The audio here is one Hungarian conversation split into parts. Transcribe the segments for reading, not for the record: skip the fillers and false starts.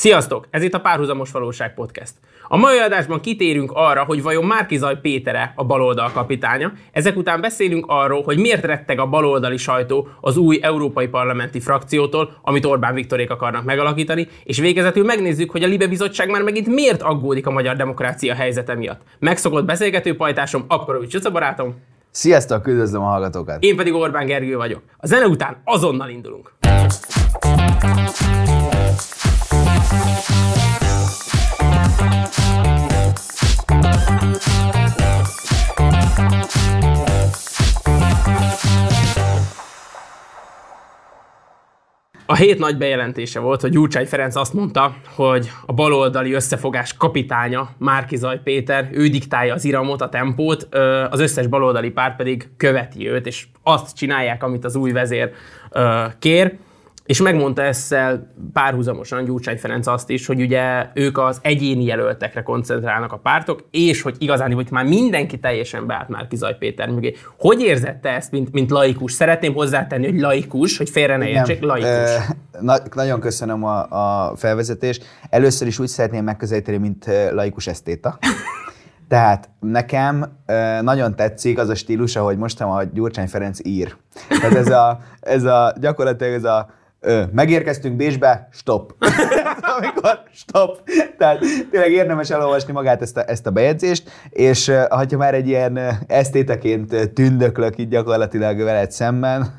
Sziasztok! Ez itt a Párhuzamos Valóság Podcast. A mai adásban kitérünk arra, hogy vajon Márki-Zay Péter a baloldal kapitánya. Ezek után beszélünk arról, hogy miért retteg a baloldali sajtó az új európai parlamenti frakciótól, amit Orbán Viktorék akarnak megalakítani, és végezetül megnézzük, hogy a Libe Bizottság már megint miért aggódik a magyar demokrácia helyzete miatt. Megszokott beszélgetőpajtásom, Apkarovics Csuca barátom. Sziasztok, üdvözlöm a hallgatókat! Én pedig Orbán Gergő vagyok. A zene után azonnal indulunk. A hét nagy bejelentése volt, hogy Gyurcsány Ferenc azt mondta, hogy a baloldali összefogás kapitánya Márki-Zay Péter, ő diktálja az iramot, a tempót, az összes baloldali párt pedig követi őt, és azt csinálják, amit az új vezér kér. És megmondta ezzel párhuzamosan Gyurcsány Ferenc azt is, hogy ugye ők az egyéni jelöltekre koncentrálnak a pártok, és hogy igazán, hogy már mindenki teljesen beállt Márki-Zay Péter mögé. Hogy érzette ezt, mint laikus? Szeretném hozzátenni, hogy laikus, hogy félre ne értsék, laikus. Nagyon köszönöm a felvezetést. Először is úgy szeretném megközelíteni, mint laikus esztéta. Tehát nekem nagyon tetszik az a stílus, ahogy most a Gyurcsány Ferenc ír. Tehát gyakorlatilag ez a megérkeztünk Bécsbe, stop. Amikor stop. Tehát tényleg érdemes elolvasni magát ezt a bejegyzést, és ha már egy ilyen esztétaként tündöklök itt gyakorlatilag veled szemben,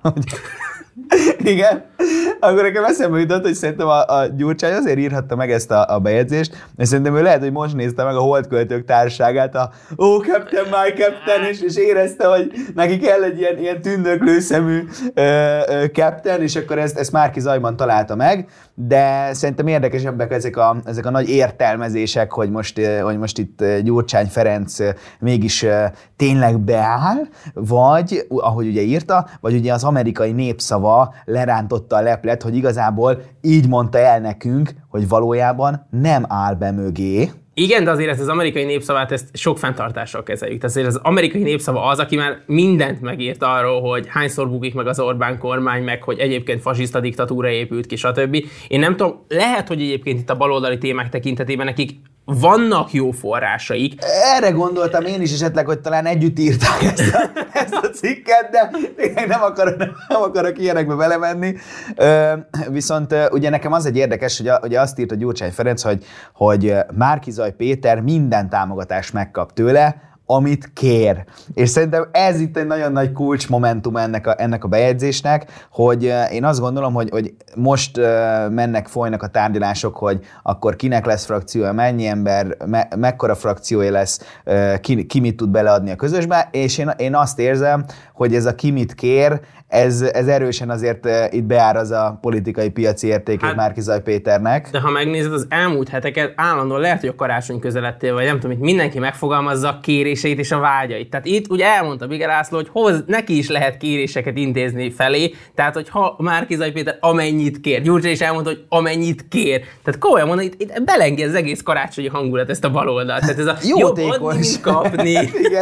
igen, akkor nekem eszembe jutott, hogy szerintem a Gyurcsány azért írhatta meg ezt a bejegyzést, és szerintem ő lehet, hogy most nézte meg a Holdköltők társaságát, Captain, my Captain, és érezte, hogy neki kell egy ilyen tündöklő szemű Captain, és akkor ezt Márki-Zayban találta meg, de szerintem érdekesebbek ezek a nagy értelmezések, hogy most itt Gyurcsány Ferenc mégis tényleg beáll, vagy, ahogy ugye írta, vagy ugye az amerikai népszava lerántotta a leplet, hogy igazából így mondta el nekünk, hogy valójában nem áll be mögé. Igen, de azért ezt az amerikai népszavát ezt sok fenntartással kezeljük. Tehát azért az amerikai népszava az, aki már mindent megírt arról, hogy hányszor bukik meg az Orbán kormány, meg hogy egyébként fasiszta diktatúra épült ki, stb. Én nem tudom, lehet, hogy egyébként itt a baloldali témák tekintetében nekik vannak jó forrásaik. Erre gondoltam én is esetleg, hogy talán együtt írták ezt a cikket, de nem akarok ilyenekbe belemenni. Viszont ugye nekem az egy érdekes, hogy ugye azt írt a Gyurcsány Ferenc, hogy Márki-Zay Péter minden támogatást megkap tőle, amit kér. És szerintem ez itt egy nagyon nagy kulcsmomentum ennek a bejegyzésnek, hogy én azt gondolom, hogy most folynak a tárgyalások, hogy akkor kinek lesz frakciója, mennyi ember, mekkora frakciója lesz, ki mit tud beleadni a közösbe, és én azt érzem, hogy ez a ki mit kér, ez erősen azért itt beáraz a politikai piaci értékét Márki-Zay Péternek. De ha megnézed az elmúlt heteket, állandóan lehet, hogy a karácsony közelettél, vagy nem tudom, itt mindenki megfogalmazza a kéréseit és a vágyait. Tehát itt ugye elmondta Bige László, hogy neki is lehet kéréseket intézni felé, tehát hogyha Márki-Zay Péter amennyit kér, Gyurcsány is elmondta, hogy amennyit kér. Tehát komolyan mondani, itt belengi az egész karácsonyi hangulat ezt a baloldalt. Tehát ez a jobb adni, mint kapni.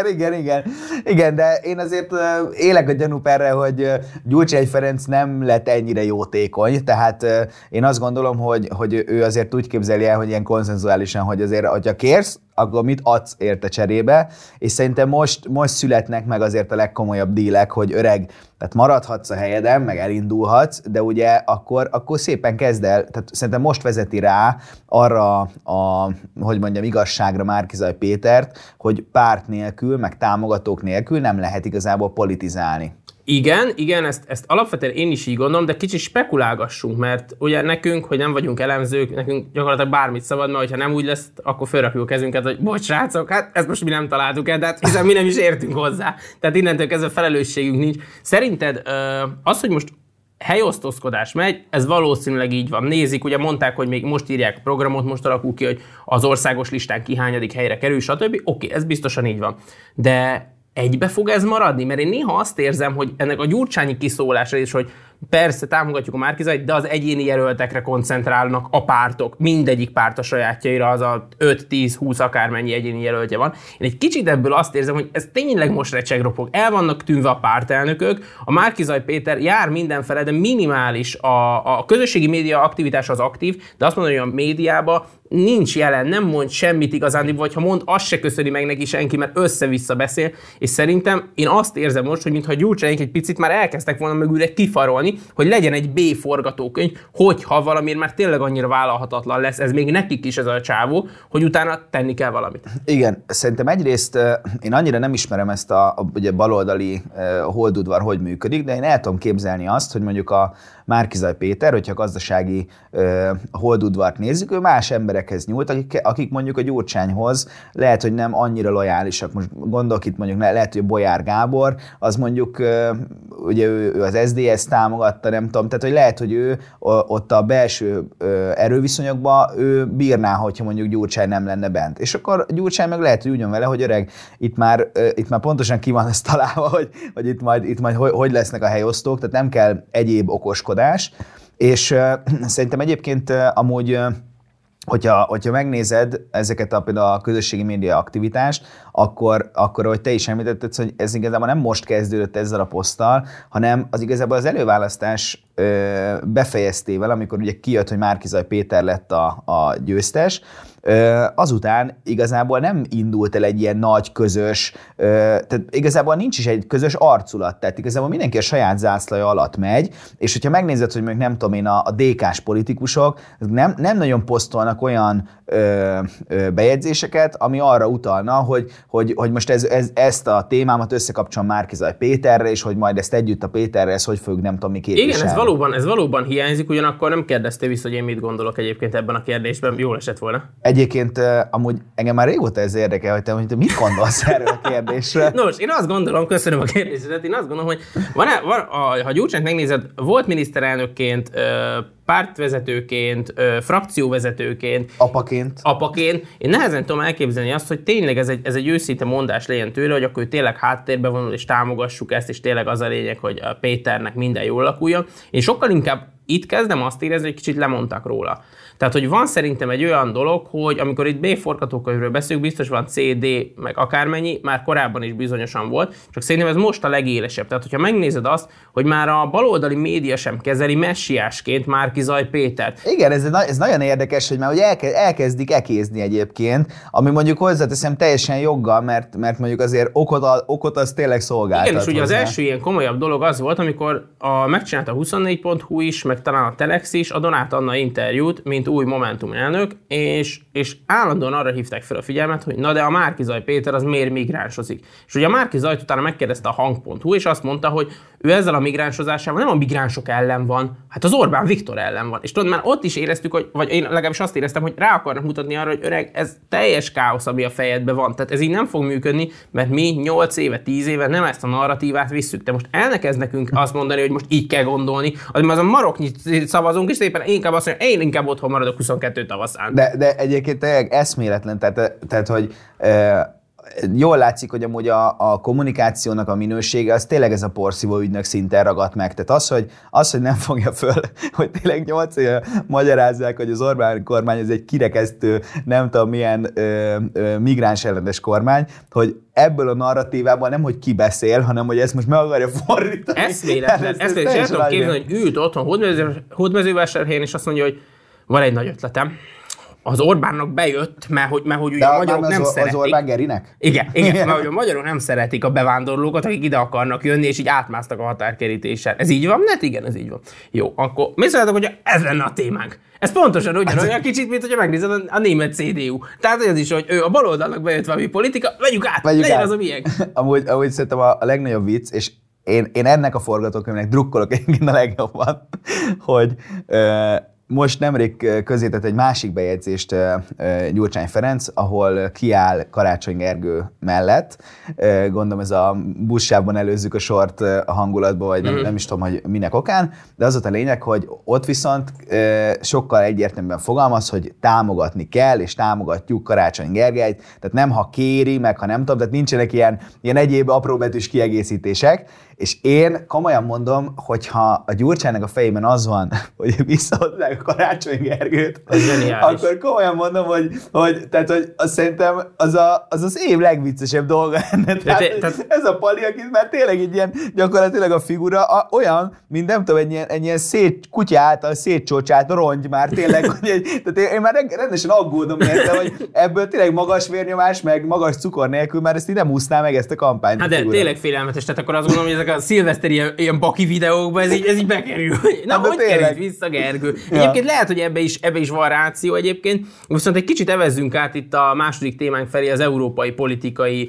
Igen, de én azért élek a gyanúperre, hogy Gyurcsány Ferenc nem lett ennyire jótékony, tehát én azt gondolom, hogy ő azért úgy képzeli el, hogy ilyen konszenzuálisan, hogy azért, hogyha kérsz, akkor mit adsz érte cserébe, és szerintem most születnek meg azért a legkomolyabb dílek, hogy öreg, tehát maradhatsz a helyeden, meg elindulhatsz, de ugye akkor szépen kezd el, tehát szerintem most vezeti rá arra igazságra Márki-Zay Pétert, hogy párt nélkül, meg támogatók nélkül nem lehet igazából politizálni. Igen, ezt alapvetően én is így gondolom, de kicsit spekulálgassunk, mert ugye nekünk, hogy nem vagyunk elemzők, nekünk gyakorlatilag bármit szabad, mert ha nem úgy lesz, akkor fölrakjuk a kezünket, hogy bocs, srácok, hát ezt most mi nem találtuk el, tehát hiszen mi nem is értünk hozzá. Tehát innentől kezdve felelősségünk nincs. Szerinted az, hogy most helyosztozkodás megy, ez valószínűleg így van. Nézik, ugye mondták, hogy még most írják a programot, most alakul ki, hogy az országos listán ki hányadik helyre kerül, stb. Oké, ez biztosan így van. De egybe fog ez maradni? Mert én néha azt érzem, hogy ennek a gyurcsányi kiszólása is, hogy persze támogatjuk a Márki-Zajt, de az egyéni jelöltekre koncentrálnak a pártok. Mindegyik párt a sajátjaira, az a 5-10-20 akármennyi egyéni jelöltje van. Én egy kicsit ebből azt érzem, hogy ez tényleg most recsegropog. El vannak tűnve a pártelnökök, a Márki-Zaj Péter jár mindenfele, de minimális. A közösségi média aktivitás az aktív, de azt mondom, hogy a médiában nincs jelen, nem mond semmit igazán, vagy ha mond, azt se köszöni meg neki senki, mert össze-vissza beszél, és szerintem én azt érzem most, hogy mintha Gyurcsányék egy picit már elkezdtek volna mögül kifarolni, hogy legyen egy B forgatókönyv, hogyha valamiért már tényleg annyira vállalhatatlan lesz, ez még nekik is ez a csávó, hogy utána tenni kell valamit. Igen, szerintem egyrészt én annyira nem ismerem ezt a ugye baloldali holdudvar, hogy működik, de én el tudom képzelni azt, hogy mondjuk a Márki-Zaj Péter, hogyha gazdasági holdudvart nézzük, ő más emberekhez nyúlt, akik mondjuk a Gyurcsányhoz lehet, hogy nem annyira lojálisak. Most gondolok itt mondjuk, lehet, hogy a Bolyár Gábor, az mondjuk, ugye ő az SZDSZ támogatta, nem tudom, tehát hogy lehet, hogy ő ott a belső erőviszonyokban ő bírná, hogyha mondjuk Gyurcsány nem lenne bent. És akkor Gyurcsány meg lehet, hogy úgy van vele, hogy öreg, itt már pontosan ki van ezt találva, hogy itt majd hogy lesznek a helyosztók, tehát nem kell egyéb okoskodás, és szerintem egyébként amúgy, hogyha megnézed ezeket például a közösségi média aktivitást, akkor ahogy te is említetted, hogy ez igazából nem most kezdődött ezzel a poszttal, hanem az igazából az előválasztás befejeztével, amikor ugye kijött, hogy Márki-Zaj Péter lett a győztes, azután igazából nem indult el egy ilyen nagy közös, tehát igazából nincs is egy közös arculat, tehát igazából mindenki a saját zászlaja alatt megy, és hogyha megnézed, hogy még nem tudom én, a DK-s politikusok nem nagyon posztolnak olyan bejegyzéseket, ami arra utalna, hogy most ezt a témámat összekapcsolom Márki-Zaj Péterre, és hogy majd ezt együtt a Péterre, ezt hogy fogjuk nem tudom mi képviselni. Igen, ez valóban hiányzik, ugyanakkor nem kérdeztél vissza, hogy én mit gondolok egyébként ebben a kérdésben, jól esett volna. Egyébként amúgy engem már régóta ez érdekel, hogy te mit gondolsz erről a kérdésről. Nos, én azt gondolom, köszönöm a kérdésedet, én azt gondolom, hogy ha Gyurcsányt megnézed, volt miniszterelnökként, pártvezetőként, frakcióvezetőként, apaként, én nehezen tudom elképzelni azt, hogy tényleg ez egy őszinte mondás legyen tőle, hogy akkor ő tényleg háttérbe vonul, és támogassuk ezt, és tényleg az a lényeg, hogy a Péternek minden jól lakuljon. Én sokkal inkább itt kezdem azt érezni, hogy kicsit lemondtak róla. Tehát, hogy van szerintem egy olyan dolog, hogy amikor itt B forgatókönyvről beszélünk, biztos van C, D, meg akármennyi, már korábban is bizonyosan volt, csak szerintem ez most a legélesebb. Tehát, hogyha megnézed azt, hogy már a baloldali média sem kezeli messiásként Márki-Zaj Pétert. Igen, ez nagyon érdekes, hogy már ugye elkezdik ekézni egyébként, ami mondjuk hozzáteszem teljesen joggal, mert mondjuk azért okot az tényleg szolgáltat. Igen, és ugye az első ilyen komolyabb dolog az volt, amikor megcsinálta a 24.hu is, meg talán a Telex is a Donát Anna interjút, mint új Momentum elnök, és állandóan arra hívták fel a figyelmet, hogy na de a Márki-Zaj Péter az miért migránsozik. És ugye a Márki-Zajt utána megkérdezte a hang.hu, és azt mondta, hogy ő ezzel a migránsozásával nem a migránsok ellen van, hát az Orbán Viktor ellen van. És tudod, már ott is éreztük, vagy én legalábbis azt éreztem, hogy rá akarnak mutatni arra, hogy öreg, ez teljes káosz, ami a fejedben van. Tehát ez így nem fog működni, mert mi 8 éve, 10 éve nem ezt a narratívát visszük. Te most elnekezd nekünk azt mondani, hogy most így kell gondolni, az a maroknyit szavazunk, és szépen inkább azt mondja, én inkább otthon maradok 22 tavaszán. De egyébként tényleg eszméletlen, tehát hogy jól látszik, hogy amúgy a kommunikációnak a minősége, az tényleg ez a porszívó ügynök szinten ragadt meg. Tehát az, hogy nem fogja föl, hogy tényleg 8 éve magyarázzák, hogy az Orbán kormány ez egy kirekesztő, nem tudom milyen migráns ellenes kormány, hogy ebből a narratívából nem, hogy ki beszél, hanem hogy ezt most meg akarja fordítani. Eszméletlen. És el tudom képzelni, hogy ült otthon Hódmezővásárhelyen, és azt mondja, hogy van egy nagy ötletem. Az Orbánnak bejött, mert hogy ugye a magyarok nem szeretik. Az Orbán Gerinek? Igen, mert hogy a magyarok nem szeretik a bevándorlókat, akik ide akarnak jönni, és így átmásztak a határkerítéssel. Ez így van? Hát igen, ez így van. Jó, akkor mi szeretek, hogy ez lenne a témánk? Ez pontosan ugyanolyan kicsit, mint hogyha megnézed a német CDU. Tehát ez is, hogy ő a baloldalnak bejött valami politika, vegyük át, legyen az a miénk. Amúgy szerintem a legnagyobb vicc, és én ennek a forgatókönyvnek drukkolok egyébként a legjobban, hogy most nemrég közétett egy másik bejegyzést Gyurcsány Ferenc, ahol kiáll Karácsony Gergő mellett. Gondolom ez a buszsávban előzzük a sort a hangulatba, vagy nem is tudom, hogy minek okán, de az ott a lényeg, hogy ott viszont sokkal egyértelműen fogalmaz, hogy támogatni kell, és támogatjuk Karácsony Gergelyt, tehát nem ha kéri, meg ha nem tudom, tehát nincsenek ilyen egyéb apróbetűs kiegészítések, és én komolyan mondom, hogyha a Gyurcsánynak a fejében az van, hogy visszahozzák a Karácsony Gergőt, akkor komolyan mondom, hogy azt szerintem az év legviccesebb dolga lenne. Tehát ez a Pali, akit már tényleg egy ilyen gyakorlatilag a figura olyan, mint nem tudom, egy ilyen kutya által szétcsócsált rongy már tényleg. Tehát én már rendesen aggódom érte, hogy ebből tényleg magas vérnyomás, meg magas cukor nélkül már ezt így nem úszná meg ezt a kampányt. Hát de tényleg félelmetes, tehát akkor azt gondolom, hogy ezek a szilveszteri ilyen baki videókban ez így bekerül. Na, hogy került vissza Gergő? Ja. Egyébként lehet, hogy ebbe is van ráció egyébként, viszont egy kicsit evezzünk át itt a második témánk felé az európai politikai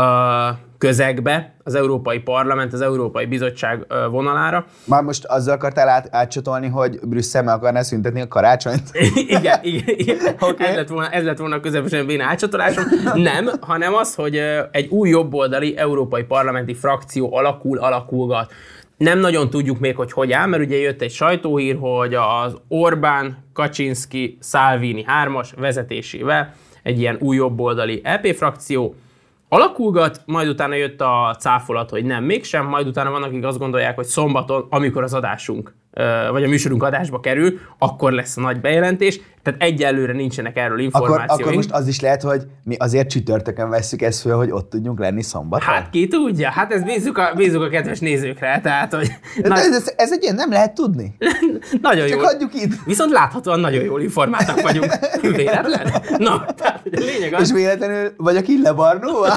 közegbe, az Európai Parlament, az Európai Bizottság vonalára. Már most azzal akartál átcsatolni, hogy Brüsszel meg akarná szüntetni a karácsonyt? Igen. Okay. Ez lett volna a közepesen béna átcsatolásom. Nem, hanem az, hogy egy új jobboldali európai parlamenti frakció alakulgat. Nem nagyon tudjuk még, hogy áll, mert ugye jött egy sajtóhír, hogy az Orbán, Kaczynszki, Salvini 3-as vezetésével egy ilyen új jobboldali EP frakció alakulgat, majd utána jött a cáfolat, hogy nem, mégsem, majd utána vannak, akik azt gondolják, hogy szombaton, amikor az adásunk, vagy a műsorunk adásba kerül, akkor lesz a nagy bejelentés, tehát egyelőre nincsenek erről információink. Akkor most az is lehet, hogy mi azért csütörtökön vesszük ezt föl, hogy ott tudjunk lenni szombaton? Hát ki tudja, hát ezt bízzuk a kedves nézőkre, tehát, hogy... Ez egy ilyen, nem lehet tudni. Nagyon csak jól. Hagyjuk itt. Viszont láthatóan nagyon jól informáltak vagyunk. Véletlen? Na, tehát a lényeg az... És véletlenül vagyok Ille Barnóval?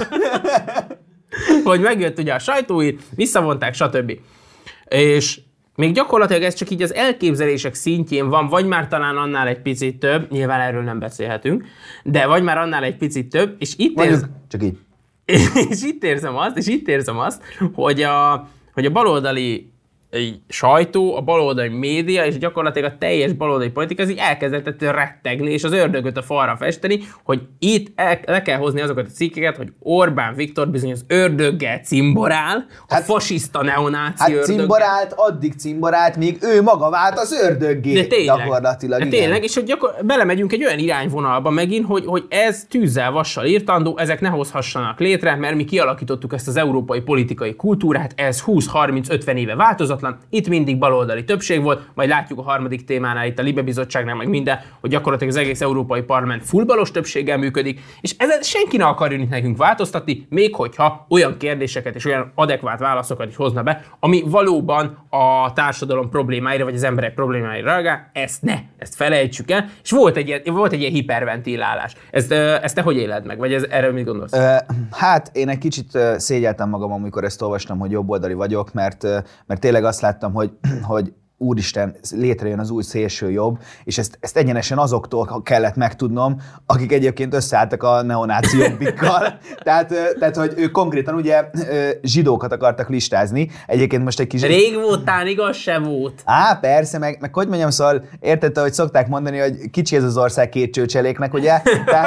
Hogy megjött ugye a sajtóír, visszavonták, stb. És még gyakorlatilag ez csak így az elképzelések szintjén van, vagy már talán annál egy picit több, nyilván erről nem beszélhetünk, de vagy már annál egy picit több, és itt csak így. És itt érzem azt, hogy a baloldali sajtó, a baloldali média és gyakorlatilag a teljes baloldali politika ez így elkezdett rettegni, és az ördögöt a falra festeni, hogy itt le kell hozni azokat a cikkeket, hogy Orbán Viktor bizony az ördöggel cimborál, a fasiszta neonáci ördöggel. Cimborált, addig cimborált, míg ő maga vált az ördöggé. Gyakorlatilag. De tényleg, és hogy belemegyünk egy olyan irányvonalba megint, hogy ez tűzzel, vassal írtandó, ezek ne hozhassanak létre, mert mi kialakítottuk ezt az európai politikai kultúrát, ez 20-30-50 éve változatlan. Itt mindig baloldali többség volt, majd látjuk a harmadik témánál, itt a Libe Bizottságnál, meg minden, hogy gyakorlatilag az egész Európai Parlament fullbalos többséggel működik, és ezzel senki ne akarjon itt nekünk változtatni, még hogyha olyan kérdéseket és olyan adekvát válaszokat is hozna be, ami valóban a társadalom problémáira, vagy az emberek problémáira reagál, ezt felejtsük el, és volt egy ilyen hiperventilálás. Ezt te hogy éled meg, vagy erről mit gondolsz? Hát én egy kicsit szégyeltem magam, amikor ezt olvastam, hogy jobboldali vagyok, mert tényleg azt láttam, hogy úristen, létrejön az új szélső jobb, és ezt egyenesen azoktól kellett megtudnom, akik egyébként összeálltak a neonáci jobbikkal. tehát, hogy ők konkrétan ugye zsidókat akartak listázni. Egyébként most egy kis... Rég voltál, igaz se volt. Persze, meg hogy mondjam, szóval értette, hogy szokták mondani, hogy kicsi ez az ország két csőcseléknek, ugye?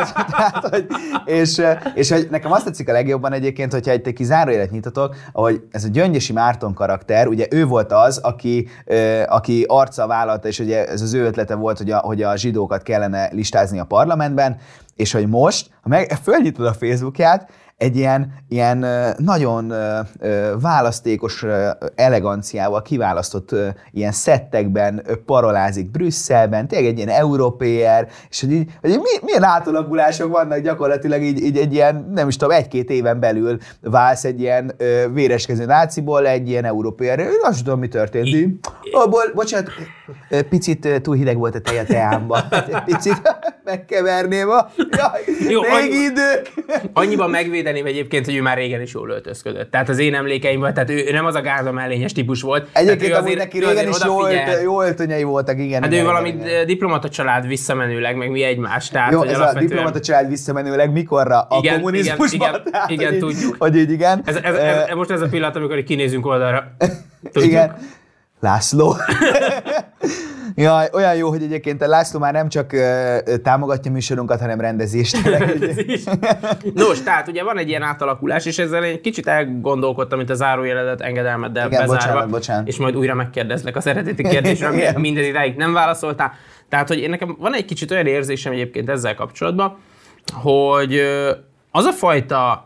És hogy nekem azt tetszik a legjobban egyébként, hogyha egy kis zárójelet nyitatok, ahogy ez a Gyöngyösi Márton karakter, ugye ő volt az, aki arccal vállalta, és ugye ez az ő ötlete volt, hogy a zsidókat kellene listázni a parlamentben, és hogy most, ha fölnyitod a Facebookját, egy ilyen nagyon választékos eleganciával kiválasztott ilyen szettekben parolázik Brüsszelben, tényleg egy ilyen európér, és hogy milyen átalakulások vannak gyakorlatilag így egy ilyen, nem is tudom, 1-2 éven belül válsz egy ilyen véreskező náciból egy ilyen európér. Én azt tudom, mi történt. Bocsánat, picit túl hideg volt a tej a teámba. Picit megkeverném még idők. Annyiban megvédeném egyébként, hogy ő már régen is jól öltözködött. Tehát az én emlékeimben, tehát ő nem az a Gárda mellényes típus volt. Egyébként amúgy neki régen is jó öltönyei voltak, igen. Hát ő valami diplomata család visszamenőleg, meg mi egymás. Tehát, jó, ez alapvetően... a diplomata család visszamenőleg mikorra? A kommunizmusban? Igen, tudjuk. Hogy így igen. Most ez a pillanat, amikor kinézünk oldalra. Tudjuk. Igen. László. Jaj, olyan jó, hogy egyébként a László már nem csak támogatja műsorunkat, hanem rendezést. Nos, tehát ugye van egy ilyen átalakulás, és ezzel egy kicsit elgondolkodtam, mint a zárójeledet engedelmeddel bezárva, bocsánat. És majd újra megkérdezlek az eredeti kérdésre, amire mindez idáig nem válaszoltál. Tehát, hogy én nekem van egy kicsit olyan érzésem egyébként ezzel kapcsolatban, hogy az a fajta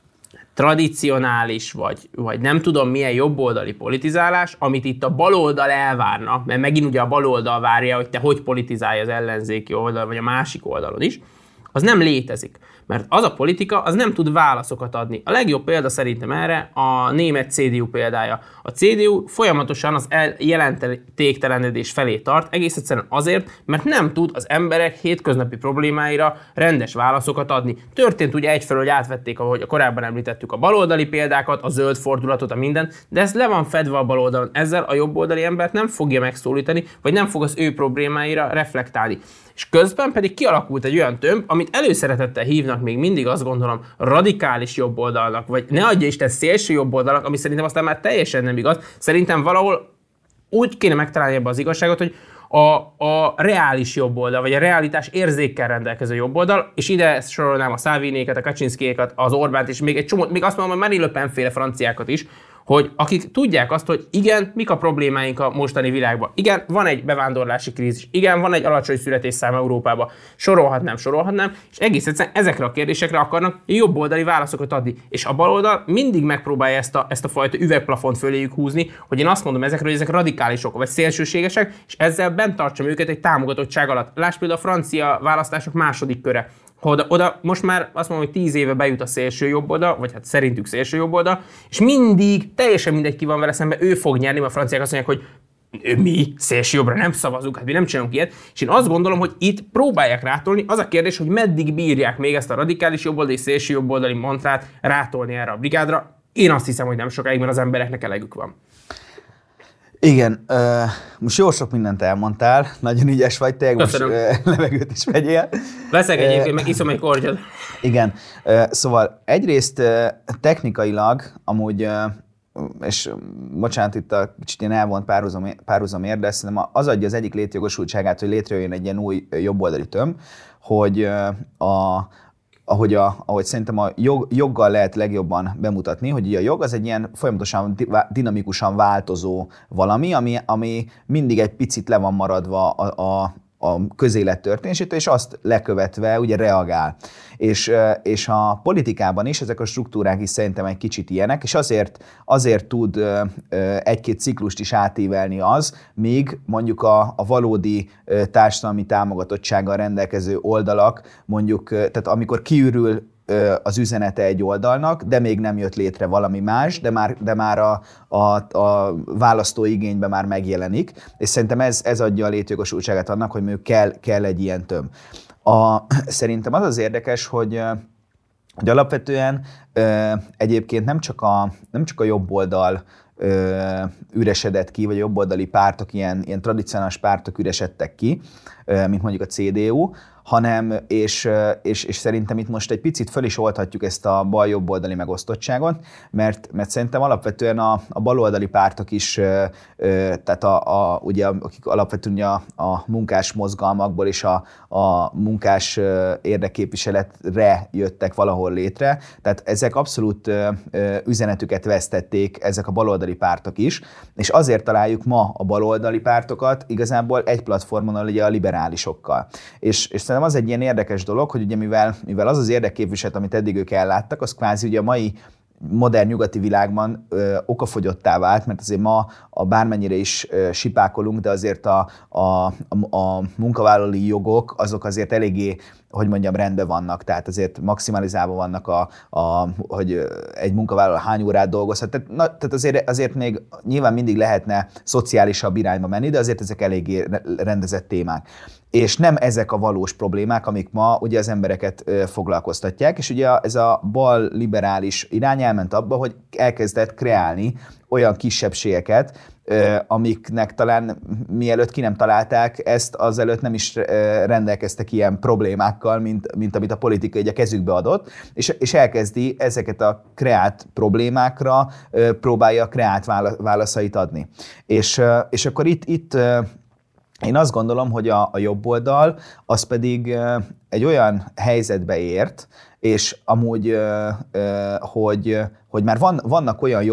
tradicionális, vagy nem tudom milyen jobboldali politizálás, amit itt a baloldal elvárna, mert megint ugye a baloldal várja, hogy te hogy politizálj az ellenzéki oldal, vagy a másik oldalon is, az nem létezik. Mert az a politika, az nem tud válaszokat adni. A legjobb példa szerintem erre a német CDU példája. A CDU folyamatosan az jelentéktelenedés felé tart, egész egyszerűen azért, mert nem tud az emberek hétköznapi problémáira rendes válaszokat adni. Történt ugye egyfelől, hogy átvették, ahogy korábban említettük, a baloldali példákat, a zöld fordulatot, a mindent, de ez le van fedve a baloldalon. Ezzel a jobboldali embert nem fogja megszólítani, vagy nem fog az ő problémáira reflektálni. És közben pedig kialakult egy olyan tömb, amit előszeretettel hívnak még mindig, azt gondolom, radikális jobboldalnak, vagy ne adja Isten szélső jobboldalnak, ami szerintem aztán már teljesen nem igaz. Szerintem valahol úgy kéne megtalálni ebbe az igazságot, hogy a reális jobboldal, vagy a realitás érzékkel rendelkező jobboldal, és ide sorolnám a Salvinéket, a Kaczynszkijékat, az Orbánt, és még egy csomót, még azt mondom, a Marine Le Pen-féle franciákat is, hogy akik tudják azt, hogy igen, mik a problémáink a mostani világban. Igen, van egy bevándorlási krízis. Igen, van egy alacsony születésszám Európában. Sorolhatnám, és egész egyszerűen ezekre a kérdésekre akarnak jobboldali válaszokat adni. És a baloldal mindig megpróbálja ezt a fajta üvegplafont föléjük húzni, hogy én azt mondom ezekről, hogy ezek radikálisok, vagy szélsőségesek, és ezzel bent tartsam őket egy támogatottság alatt. Lásd például a francia választások második köre. Oda most már azt mondom, hogy 10 éve bejut a szélső jobboldal, vagy hát szerintük szélső jobboldal, és mindig, teljesen mindegy ki van vele szemben, ő fog nyerni, mert a franciák azt mondják, hogy mi szélső jobbra nem szavazunk, hát mi nem csinálunk ilyet. És én azt gondolom, hogy itt próbálják rátolni. Az a kérdés, hogy meddig bírják még ezt a radikális jobboldali, szélső jobboldali mantrát rátolni erre a brigádra. Én azt hiszem, hogy nem sokáig, mert az embereknek elegük van. Igen, most jó sok mindent elmondtál, nagyon ügyes vagy, te most levegőt is vegyél. Veszek egyébként, meg iszom egy kortyot. Igen, szóval egyrészt technikailag amúgy, és bocsánat, itt a kicsit ilyen elvont párhuzam ér, de szerintem az adja az egyik létjogosultságát, hogy létrejöjjön egy ilyen új jobboldali tömb, hogy ahogy szerintem a joggal lehet legjobban bemutatni, hogy a jog az egy ilyen folyamatosan dinamikusan változó valami, ami mindig egy picit le van maradva a közélet történésétől, és azt lekövetve ugye reagál. És a politikában is ezek a struktúrák is szerintem egy kicsit ilyenek, és azért tud egy-két ciklust is átívelni az, míg mondjuk a valódi társadalmi támogatottsággal rendelkező oldalak, mondjuk, tehát amikor kiürül az üzenete egy oldalnak, de még nem jött létre valami más, de már a választóigényben már megjelenik, és szerintem ez adja a létjogosultságát annak, hogy mondjuk kell egy ilyen tömb. Szerintem az érdekes, hogy alapvetően egyébként nem csak a jobb oldal üresedett ki, vagy a jobboldali pártok, ilyen tradicionális pártok üresedtek ki, mint mondjuk a CDU, hanem, és szerintem itt most egy picit föl is oldhatjuk ezt a bal-jobboldali megosztottságot, mert szerintem alapvetően a baloldali pártok is, tehát ugye, akik alapvetően a munkás mozgalmakból és a munkás érdekképviseletre jöttek valahol létre, tehát ezek abszolút üzenetüket vesztették, ezek a baloldali pártok is, és azért találjuk ma a baloldali pártokat igazából egy platformon, ugye a liberálisokkal. És szerintem az egy ilyen érdekes dolog, hogy ugye mivel az érdekképviselet, amit eddig ők elláttak, az kvázi ugye a mai modern nyugati világban okafogyottá vált, mert azért ma bármennyire is sipákolunk, de azért a munkavállalói jogok azok azért eléggé, hogy mondjam, rendben vannak, tehát azért maximalizálva vannak, hogy egy munkavállaló hány órát dolgozhat. Tehát azért még nyilván mindig lehetne szociálisabb irányba menni, de azért ezek eléggé rendezett témák. És nem ezek a valós problémák, amik ma ugye az embereket foglalkoztatják, és ugye ez a bal liberális irány elment abba, hogy elkezdett kreálni olyan kisebbségeket, amiknek talán mielőtt ki nem találták ezt, azelőtt nem is rendelkeztek ilyen problémákkal, mint amit a politika így a kezükbe adott, és elkezdi ezeket a kreált problémákra próbálja kreált válaszait adni. És akkor itt Én azt gondolom, hogy a jobb oldal az pedig egy olyan helyzetbe ért, és amúgy, hogy már vannak olyan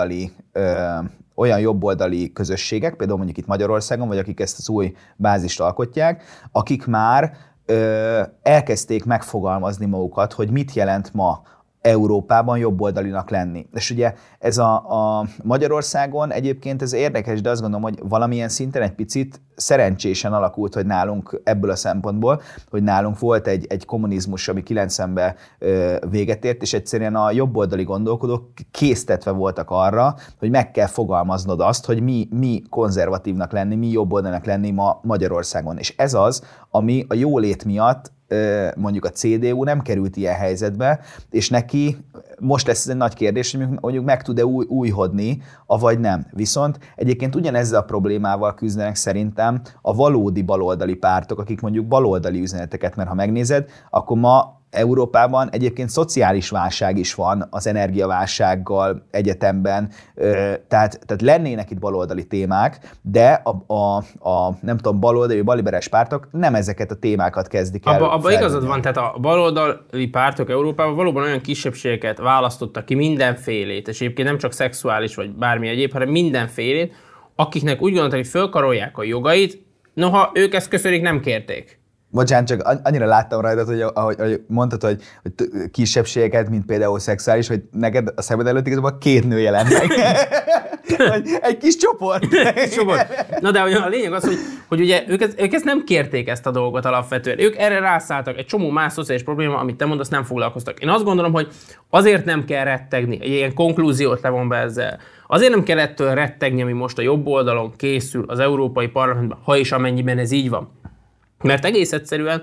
jobboldali közösségek, például mondjuk itt Magyarországon, vagy akik ezt az új bázist alkotják, akik már elkezdték megfogalmazni magukat, hogy mit jelent ma Európában jobboldalinak lenni. És ugye ez a Magyarországon egyébként ez érdekes, de azt gondolom, hogy valamilyen szinten egy picit szerencsésen alakult, hogy nálunk ebből a szempontból, hogy nálunk volt egy kommunizmus, ami 90-ben véget ért, és egyszerűen a jobboldali gondolkodók késztetve voltak arra, hogy meg kell fogalmaznod azt, hogy mi konzervatívnak lenni, mi jobboldalinak lenni ma Magyarországon. És ez az, ami a jólét miatt mondjuk a CDU nem került ilyen helyzetbe, és neki most lesz ez egy nagy kérdés, hogy mondjuk meg tud-e újhodni, avagy nem. Viszont egyébként ugyanezzel a problémával küzdenek szerintem a valódi baloldali pártok, akik mondjuk baloldali üzeneteket, mert ha megnézed, akkor ma Európában egyébként szociális válság is van az energiaválsággal egyetemben, tehát lennének itt baloldali témák, de a nem tudom, baloldali vagy balliberális pártok nem ezeket a témákat kezdik el. Abba igazad van, tehát a baloldali pártok Európában valóban olyan kisebbségeket választottak ki, mindenfélét, és egyébként nem csak szexuális vagy bármi egyéb, hanem mindenfélét, akiknek úgy gondoltak, hogy fölkarolják a jogait, noha ők ezt köszönik nem kérték. Bocsánat, csak annyira láttam rajtad, hogy ahogy mondtad, hogy kisebbségeket, mint például szexuális, hogy neked a szemed előtt igazából 2 nő jelent meg. Egy kis csoport. Na de a lényeg az, hogy ugye ők ezt nem kérték, ezt a dolgot alapvetően. Ők erre rászálltak, egy csomó más szociális probléma, amit te mondasz, nem foglalkoztak. Én azt gondolom, hogy azért nem kell rettegni, egy ilyen konklúziót levon be ezzel. Azért nem kell ettől rettegni, ami most a jobb oldalon készül az Európai Parlamentben, ha és amennyiben ez így van. Mert egész egyszerűen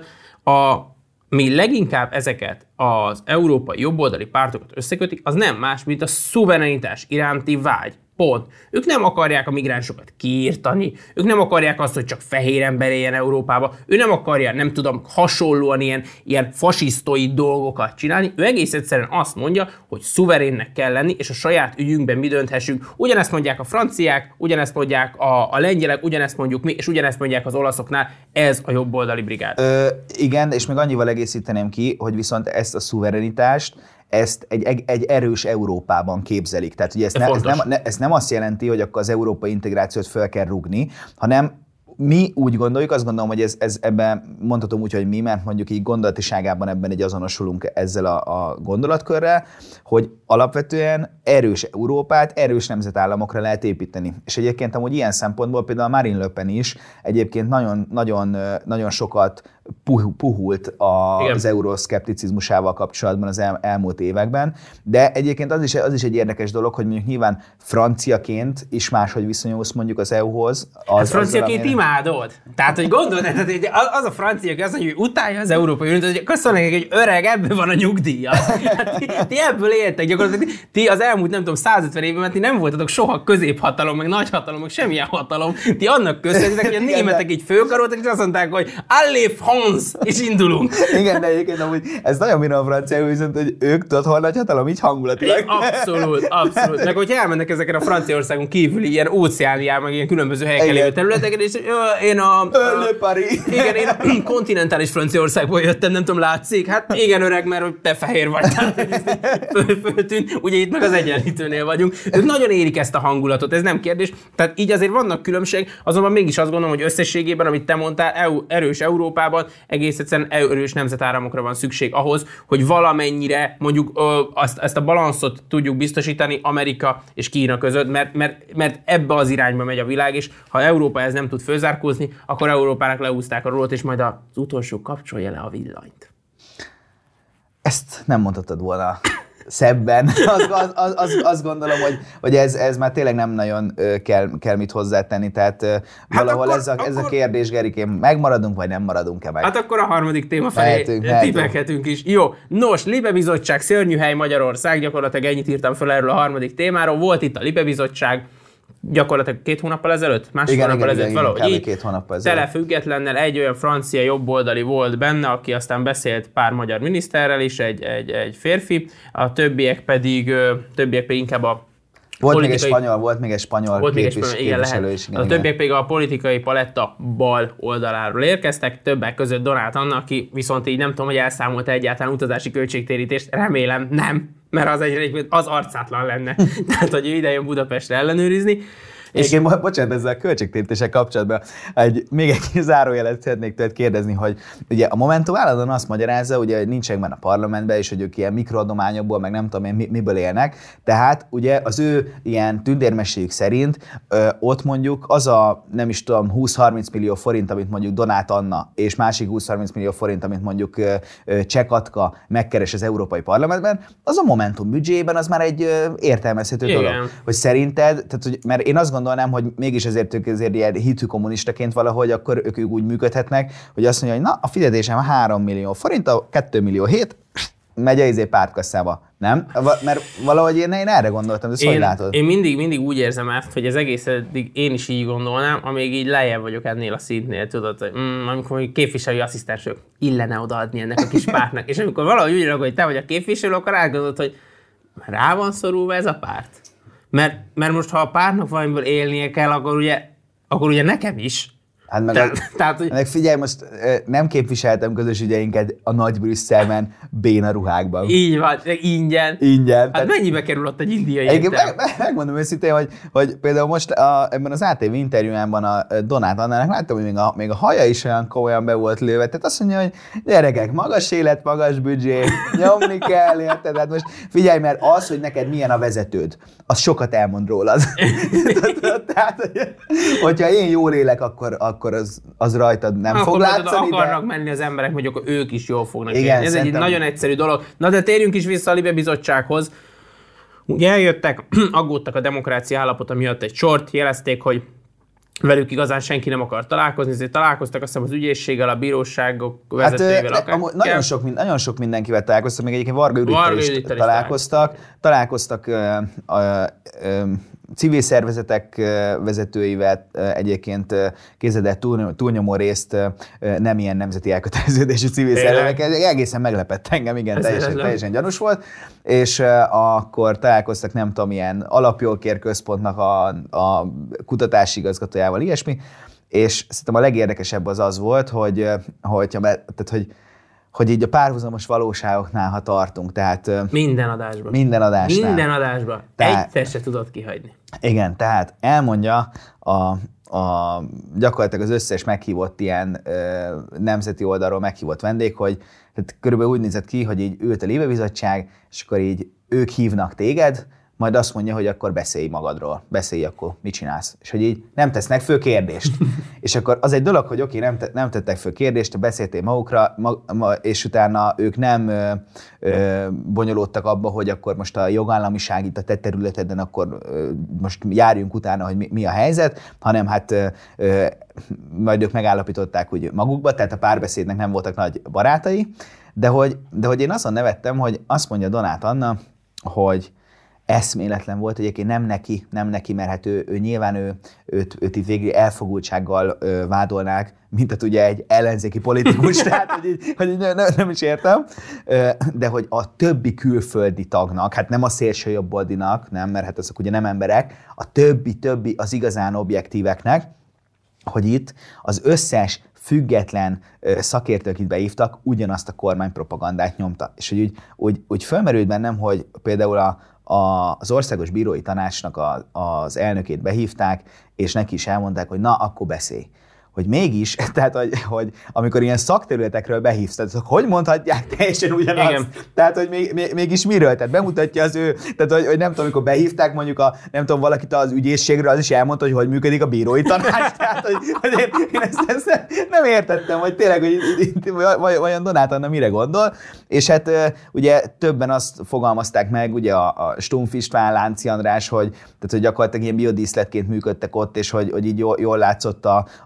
mi leginkább ezeket az európai jobboldali pártokat összekötik, az nem más, mint a szuverenitás iránti vágy. Pont. Ők nem akarják a migránsokat kiírtani, ők nem akarják azt, hogy csak fehér ember éljen Európába, ő nem akarja, nem tudom, hasonlóan ilyen fasisztoid dolgokat csinálni, ő egész egyszerűen azt mondja, hogy szuverénnek kell lenni, és a saját ügyünkben mi dönthessünk. Ugyanezt mondják a franciák, ugyanezt mondják a lengyelek, ugyanezt mondjuk mi, és ugyanezt mondják az olaszoknál, ez a jobboldali brigád. Igen, és még annyival egészíteném ki, hogy viszont ezt a szuverenitást, ezt egy erős Európában képzelik. Tehát ugye ez nem azt jelenti, hogy akkor az európai integrációt fel kell rúgni, hanem mi úgy gondoljuk, azt gondolom, hogy ez ebben mondhatom úgy, hogy mi, mert mondjuk így gondolatiságában ebben egy azonosulunk ezzel a gondolatkörrel, hogy alapvetően erős Európát, erős nemzetállamokra lehet építeni. És egyébként amúgy ilyen szempontból például Marine Le Pen is egyébként nagyon sokat puhult az euroszkepticizmusával kapcsolatban az elmúlt években, de egyébként az is egy érdekes dolog, hogy mondjuk nyilván franciaként is máshogy viszonyulsz mondjuk az EU-hoz. Franciaként imádod. Tehát, hogy gondolod, az a francia, aki azt mondja, hogy utálja az Európai Uniót, hogy köszönöm, hogy öreg, ebből van a nyugdíja. Ti ebből éltek gyakorlatilag. Ti az elmúlt, nem tudom, 150 évben, mert ti nem voltatok soha középhatalom, meg nagyhatalom, meg semmilyen hatalom. Ti annak köszönhetek, hogy a németek így fölkaroltak, és azt mondták, hogy allez France, és indulunk. Igen, de egyébként amúgy ez nagyon bírom a franciául, viszont, hogy ők tudod, hol nagyhatalom, így hangulatilag. Abszolút. Meg hogyha elmennek ezeken a Franciaországon kívüli ilyen óceánián, meg ilyen különböző helyeken lévő területeken, és én igen, én a kontinentális Franciaországból jöttem, nem tudom, látszik. Hát igen, öreg, mert te fehér vagy. Föltűnt. Ugye itt meg az Egyenlítőnél vagyunk. Ők nagyon érik ezt a hangulatot, ez nem kérdés. Tehát így azért vannak különbség, azonban mégis azt gondolom, hogy összességében, amit te mondtál, erős Európában egész egyszerűen erős nemzetállamokra van szükség ahhoz, hogy valamennyire mondjuk ezt a balanszot tudjuk biztosítani Amerika és Kína között, mert ebbe az irányba megy a világ, és ha Európa ez nem tud fölzárkózni, akkor Európának leúzták a rolót, és majd az utolsó kapcsolja le a villanyt. Ezt nem mondhatod volna szebben. Azt gondolom, hogy ez már tényleg nem nagyon kell mit hozzátenni, tehát valahol ez a kérdés, Gerikém, megmaradunk, vagy nem maradunk-e meg? Hát akkor a harmadik téma felé tippelhetünk is. Jó, nos, Libe Bizottság, szörnyű hely Magyarország, gyakorlatilag ennyit írtam fel erről a harmadik témáról. Volt itt a Libe Bizottság, gyakorlatilag 2 hónappal ezelőtt? Másfél hónappal ezelőtt valahogy így. 2 hónappal ezelőtt. Tele függetlennel egy olyan francia jobboldali volt benne, aki aztán beszélt pár magyar miniszterrel is, egy férfi, a többiek pedig inkább Volt még egy spanyol képviselő is. Igen, a többiek pedig a politikai paletta bal oldaláról érkeztek, többek között Donát Anna, aki viszont így nem tudom, hogy elszámolta egyáltalán utazási költségtérítést, remélem nem, mert az arcátlan lenne. Tehát, hogy ő ide jön Budapestre ellenőrizni. És én, bocsánat, ezzel a költségtérítéssel kapcsolatban még egy zárójelet szeretnék tőled kérdezni, hogy ugye a Momentum állandóan azt magyarázza, ugye, hogy nincsenek benne a parlamentben, és hogy ők ilyen mikroadományokból, meg nem tudom én miből élnek, tehát ugye az ő ilyen tündérmeséjük szerint ott mondjuk az a, nem is tudom, 20-30 millió forint, amit mondjuk Donát Anna, és másik 20-30 millió forint, amit mondjuk Cseh Katka megkeres az Európai Parlamentben, az a Momentum büdzséjében az már egy értelmezhető dolog. Hogy szerinted, tehát, hogy, mert én azt gondolnám, hogy mégis ezért ők ilyen hitű kommunistaként valahogy akkor ők úgy működhetnek, hogy azt mondja, hogy na, a fizetésem 3 millió forint, a 2 millió 7, megy a pártkasszába. Nem? Mert valahogy én erre gondoltam, de ezt hogy látod? Én mindig úgy érzem ezt, hogy az egész eddig én is így gondolnám, amíg így lejjebb vagyok ennél a szintnél, tudod, hogy amikor képviselői asszisztensök illene odaadni ennek a kis pártnak, és amikor valahogy úgy rakod, hogy te vagy a képviselő, akkor elgondolod, hogy rá van szorulva ez a párt. Mert most, ha a pártnak valamiből élnie kell, akkor ugye nekem is. Hát meg figyelj, most nem képviseltem közös ügyeinket a nagy Brüsszelben béna ruhákban. Így van, ingyen. Hát tehát mennyibe kerül ott egy indiai étel? Megmondom őszintén, hogy például most ebben az ATV interjújában a Donát Annának láttam, hogy még a haja is olyan komolyan be volt lőve. Tehát azt mondja, hogy gyerekek, magas élet, magas büdzsé, nyomni kell, érted? Tehát most figyelj, mert az, hogy neked milyen a vezetőd, az sokat elmond rólad. Tehát, hogyha én jól élek, akkor az rajtad nem fog látszani. Akarnak menni az emberek, hogy akkor ők is jól fognak élni. Ez egy nagyon egyszerű dolog. Na de térjünk is vissza a Libe Bizottsághoz. Ugye eljöttek, aggódtak a demokrácia állapota miatt egy sort, jelezték, hogy velük igazán senki nem akar találkozni, ezért találkoztak azt hiszem az ügyészséggel, a bíróságok vezetőivel. Nagyon sok mindenkivel találkoztak, még egyébként Varga Judittal is találkoztak civil szervezetek vezetőivel, egyébként kézedett túlnyomó részt nem ilyen nemzeti elköteleződésű civil szervezetek. Egészen meglepett engem, igen, teljesen gyanús volt. És akkor találkoztak, nem tudom, ilyen alapjogkér központnak a kutatási igazgatójával, ilyesmi. És szerintem a legérdekesebb az volt, hogy így a párhuzamos valóságoknál, ha tartunk, tehát... Minden adásban. Egyszer se tudod kihagyni. Igen, tehát elmondja gyakorlatilag az összes meghívott ilyen nemzeti oldalról meghívott vendég, hogy tehát körülbelül úgy nézett ki, hogy így ült a Libe Bizottság, és akkor így ők hívnak téged, majd azt mondja, hogy akkor beszélj magadról, beszélj, akkor mit csinálsz. És hogy így nem tesznek föl kérdést. És akkor az egy dolog, hogy oké, nem tettek föl kérdést, te beszéltél magukra, és utána ők nem bonyolódtak abba, hogy akkor most a jogállamiság itt a te területeden, akkor most járjunk utána, hogy mi a helyzet, hanem hát majd ők megállapították úgy magukba, tehát a párbeszédnek nem voltak nagy barátai, de hogy én azon nevettem, hogy azt mondja Donát Anna, hogy eszméletlen volt, egyébként nem neki, mert hát ő nyilván őt itt végül elfogultsággal vádolnák, mint hát ugye egy ellenzéki politikus, tehát hogy nem is értem, de hogy a többi külföldi tagnak, hát nem a szélső jobboldinak, nem, mert hát azok ugye nem emberek, a többi az igazán objektíveknek, hogy itt az összes független szakértők itt beívtak, ugyanazt a kormánypropagandát nyomta. És hogy úgy fölmerült bennem, hogy például az Országos Bírói Tanácsnak az elnökét behívták, és neki is elmondták, hogy na, akkor beszélj. Hogy mégis, tehát hogy amikor ilyen szakterületekről behívsz, tehát hogy mondhatják teljesen ugyanazt? Igen. Tehát, hogy mégis miről? Tehát bemutatja az ő, tehát hogy nem tudom, amikor behívták mondjuk nem tudom, valakit az ügyészségről, az is elmondta, hogy működik a bírói tanács. Tehát, hogy én ezt nem értettem, hogy tényleg, hogy vajon Donát Anna mire gondol. És hát ugye többen azt fogalmazták meg, ugye a Stumpf István, Lánci András, hogy gyakorlatilag ilyen biodíszletként működtek ott, és hogy így jól látszott a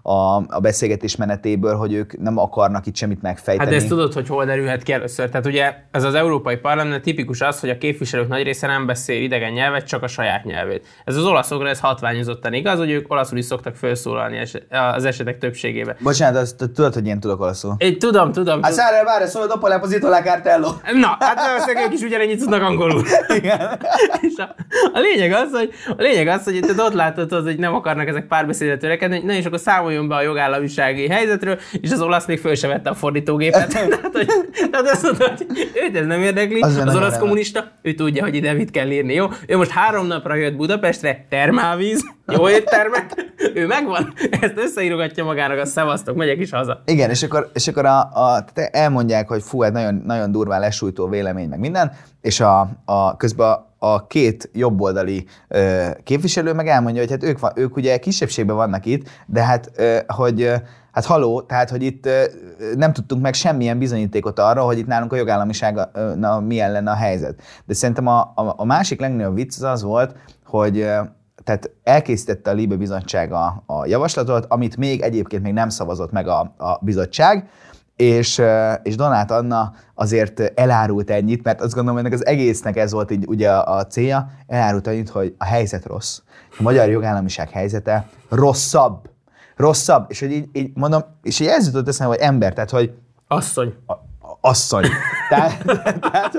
a beszélgetés menetéből, hogy ők nem akarnak itt semmit megfejteni. Hát de ezt tudod, hogy hol derülhet ki először. Tehát ugye ez az Európai Parlament tipikus az, hogy a képviselők nagy része nem beszél idegen nyelvet, csak a saját nyelvét. Ez az olaszokra ez hatványozottan igaz, hogy ők olaszul is szoktak felszólalni az esetek többségében. Bocsánat, azt tudod, hogy én tudok olaszul? Én tudom. A szállra várja, szól, dopo la posito la cartello. Na, hát valószínűleg ők is ugyanennyit tudnak angolul. Igen. És a lényeg az, hogy itt ott látod, hogy nem akarnak ezek párbeszédet törekedni, na és akkor számoljon be a jogállamisági helyzetről, és az olasz még föl se vette a fordítógépet. Tehát azt mondta, hogy őt ez nem érdekli, az olasz kommunista, ő tudja, hogy ide mit kell írni, jó? Ő most 3 napra jött Budapestre, termálvíz, jó éttermek, ő megvan, ezt összeírogatja magának, a szevasztok, megyek is haza. Igen, és akkor elmondják, hogy fú, ez nagyon, nagyon durván lesújtó vélemény, meg minden, és közben a két jobboldali képviselő meg elmondja, hogy hát ők ugye kisebbségben vannak itt, de hát haló, tehát, hogy itt nem tudtunk meg semmilyen bizonyítékot arra, hogy itt nálunk a jogállamiság milyen lenne a helyzet. De szerintem a másik legnagyobb vicc az volt, hogy tehát elkészítette a Libe bizottság a javaslatot, amit egyébként még nem szavazott meg a bizottság, és Donát Anna azért elárult ennyit, mert azt gondolom, hogy ennek az egésznek ez volt így ugye a célja, elárult annyit, hogy a helyzet rossz. A magyar jogállamiság helyzete rosszabb, és hogy így mondom, és így ez jutott eszembe, hogy ember, tehát hogy... Asszony. Asszony. Tehát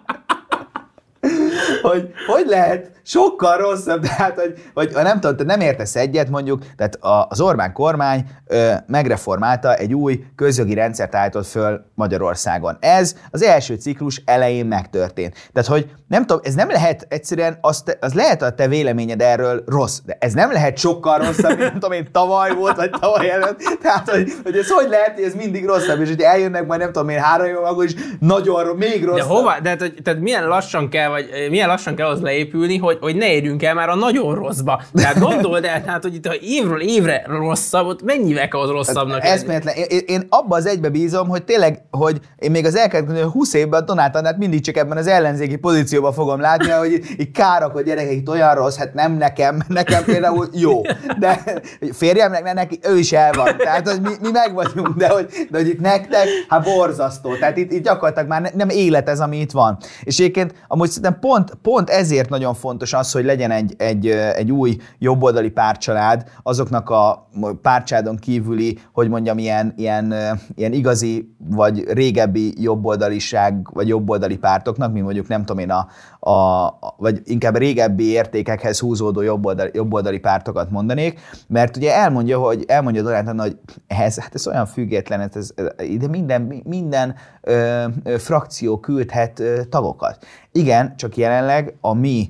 hogy lehet sokkal rosszabb, tehát, hogy nem tudom, te nem értesz egyet mondjuk, tehát az Orbán kormány megreformálta, egy új közjogi rendszert állított föl Magyarországon. Ez az első ciklus elején megtörtént. Tehát, hogy nem tudom, ez nem lehet egyszerűen, az lehet a te véleményed erről rossz, de ez nem lehet sokkal rosszabb, mint nem tudom én, tavaly volt, vagy tavaly előtt. Tehát, hogy ez hogy lehet, hogy ez mindig rosszabb, és hogy eljönnek majd nem tudom én 3 év, akkor is nagyon még rosszabb. De hova? Tehát milyen lassan kell az leépülni, hogy ne érjünk el már a nagyon rosszba. Tehát gondold el, tehát, hogy itt ha évről évre rosszabb, ott mennyivel kell az rosszabbnak. Eszméletlen. Én abba az egybe bízom, hogy tényleg, hogy én még az elkezdődő 20 évben a Donát Annát mindig csak ebben az ellenzéki pozícióban fogom látni, hogy így károk, hogy gyerekek, itt olyan rossz, hát nem nekem például jó. De férjemnek, neki ő is el van. Tehát, hogy mi meg vagyunk, de hogy itt nektek, hát borzasztó. Tehát itt gyakorlatilag már nem élet ez, ami itt van. És egyébként amúgy szerintem pont ezért nagyon fontos az, hogy legyen egy új jobboldali pártcsalád, azoknak a pártcsaládon kívüli, hogy mondjam, ilyen igazi, vagy régebbi jobboldaliság, vagy jobboldali pártoknak, mint mondjuk nem tudom én vagy inkább régebbi értékekhez húzódó jobboldali pártokat mondanék, mert ugye elmondja Donát Anna, hogy ez olyan független, ide minden frakció küldhet tagokat. Igen, csak jelenleg a mi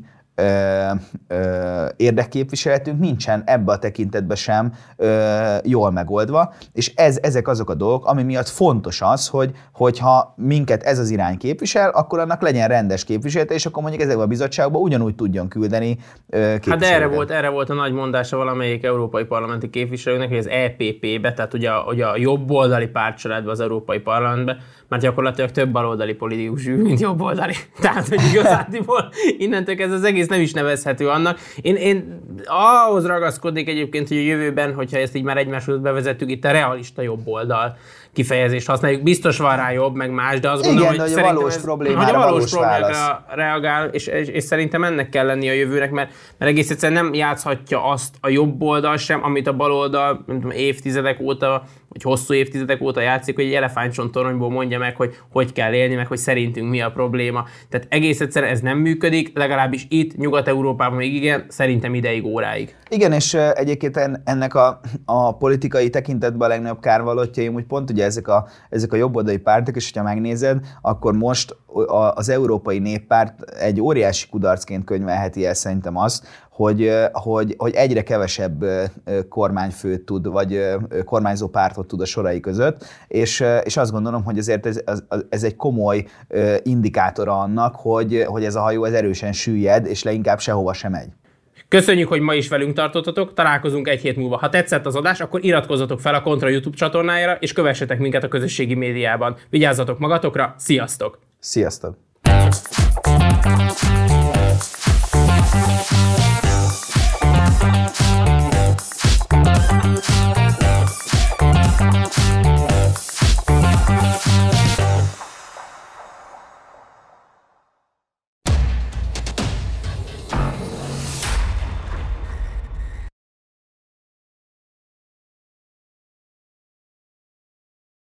érdekképviseletünk nincsen ebbe a tekintetben sem jól megoldva, és ezek azok a dolgok, ami miatt fontos az, hogyha minket ez az irány képvisel, akkor annak legyen rendes képviselete, és akkor mondjuk ezekben a bizottságokban ugyanúgy tudjon küldeni képviselőket. Hát de erre volt a nagy mondása valamelyik európai parlamenti képviselőnek, hogy az EPP-be, tehát ugye a jobboldali pártcsaládban az európai parlamentben, mert gyakorlatilag több baloldali politikus ül, mint jobboldali. Tehát, hogy igazándiból innentől ez az egész nem is nevezhető annak. Én ahhoz ragaszkodnék egyébként, hogy a jövőben, hogyha ezt így már egymáshoz bevezettük, itt a realista jobboldal kifejezést használjuk. Biztos van rá jobb, meg más, de azt gondolom, hogy a valós problémára valós problémákra reagál, és szerintem ennek kell lenni a jövőnek, mert egész egyszerűen nem játszhatja azt a jobb oldal sem, amit a bal oldal, nem tudom, évtizedek óta, vagy hosszú évtizedek óta játszik, hogy egy elefántcsontoronyból mondja meg, hogy kell élni, meg hogy szerintünk mi a probléma. Tehát egész egyszerűen ez nem működik, legalábbis itt, Nyugat-Európában még igen, szerintem ideig, óráig. Igen, és egyébként ennek a politikai tekintetben a legnagyobb kárvalótjaim, hogy pont ugye ezek a jobboldali pártok, és ha megnézed, akkor most az Európai Néppárt egy óriási kudarcként könyvelheti el szerintem azt, hogy egyre kevesebb kormányfőt tud, vagy kormányzó pártot tud a sorai között, és azt gondolom, hogy azért ez egy komoly indikátora annak, hogy ez a hajó erősen süllyed, és leginkább sehova sem megy. Köszönjük, hogy ma is velünk tartottatok, találkozunk egy hét múlva. Ha tetszett az adás, akkor iratkozzatok fel a Kontra YouTube csatornájára, és kövessetek minket a közösségi médiában. Vigyázzatok magatokra, sziasztok! Sziasztok!